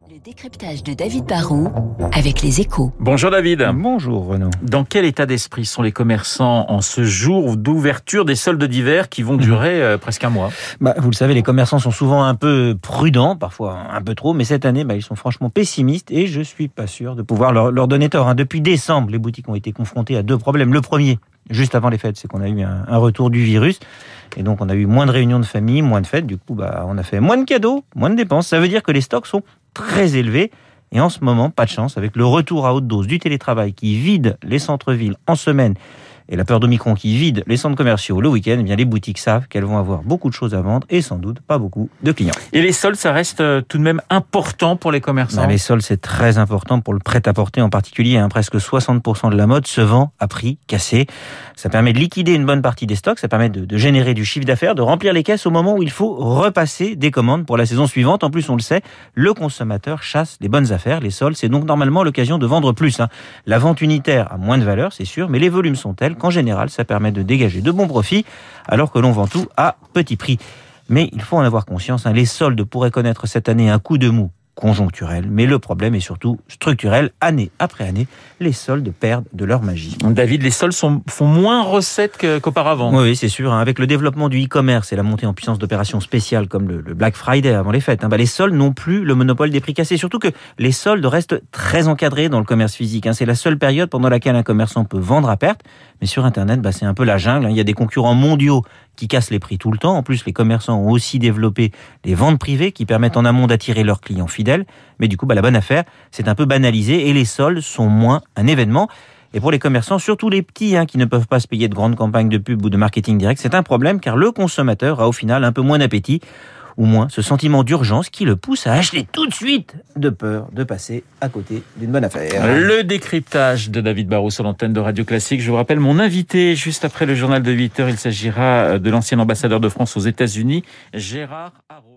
Le décryptage de David Barrault avec Les Échos. Bonjour David. Bonjour Renaud. Dans quel état d'esprit sont les commerçants en ce jour d'ouverture des soldes d'hiver qui vont durer presque un mois ? Vous le savez, les commerçants sont souvent un peu prudents, parfois un peu trop, mais cette année, ils sont franchement pessimistes et je suis pas sûr de pouvoir leur donner tort. Depuis décembre, les boutiques ont été confrontées à deux problèmes. Le premier, juste avant les fêtes, c'est qu'on a eu un retour du virus. Et donc, on a eu moins de réunions de famille, moins de fêtes. Du coup, on a fait moins de cadeaux, moins de dépenses. Ça veut dire que les stocks sont très élevés. Et en ce moment, pas de chance, avec le retour à haute dose du télétravail qui vide les centres-villes en semaine et la peur d'Omicron qui vide les centres commerciaux le week-end, les boutiques savent qu'elles vont avoir beaucoup de choses à vendre et sans doute pas beaucoup de clients. Et les soldes, ça reste tout de même important pour les commerçants ? Les soldes, c'est très important pour le prêt-à-porter en particulier. Presque 60% de la mode se vend à prix cassé. Ça permet de liquider une bonne partie des stocks, ça permet de générer du chiffre d'affaires, de remplir les caisses au moment où il faut repasser des commandes pour la saison suivante. En plus, on le sait, le consommateur chasse les bonnes affaires. Les soldes, c'est donc normalement l'occasion de vendre plus. La vente unitaire a moins de valeur, c'est sûr, mais les volumes sont tels qu'en général, ça permet de dégager de bons profits alors que l'on vend tout à petit prix. Mais il faut en avoir conscience, les soldes pourraient connaître cette année un coup de mou conjoncturel, mais le problème est surtout structurel. Année après année, les soldes perdent de leur magie. David, les soldes font moins recettes qu'auparavant. Oui, c'est sûr. Avec le développement du e-commerce et la montée en puissance d'opérations spéciales comme le Black Friday avant les fêtes, les soldes n'ont plus le monopole des prix cassés. Surtout que les soldes restent très encadrés dans le commerce physique. C'est la seule période pendant laquelle un commerçant peut vendre à perte. Mais sur Internet, c'est un peu la jungle. Il y a des concurrents mondiaux qui cassent les prix tout le temps. En plus, les commerçants ont aussi développé des ventes privées qui permettent en amont d'attirer leurs clients fidèles. Mais du coup, la bonne affaire, c'est un peu banalisé et les soldes sont moins un événement. Et pour les commerçants, surtout les petits qui ne peuvent pas se payer de grandes campagnes de pub ou de marketing direct, c'est un problème car le consommateur a au final un peu moins d'appétit ou moins ce sentiment d'urgence qui le pousse à acheter tout de suite de peur de passer à côté d'une bonne affaire. Le décryptage de David Barrault sur l'antenne de Radio Classique. Je vous rappelle mon invité juste après le journal de 8h. Il s'agira de l'ancien ambassadeur de France aux États-Unis, Gérard Araud.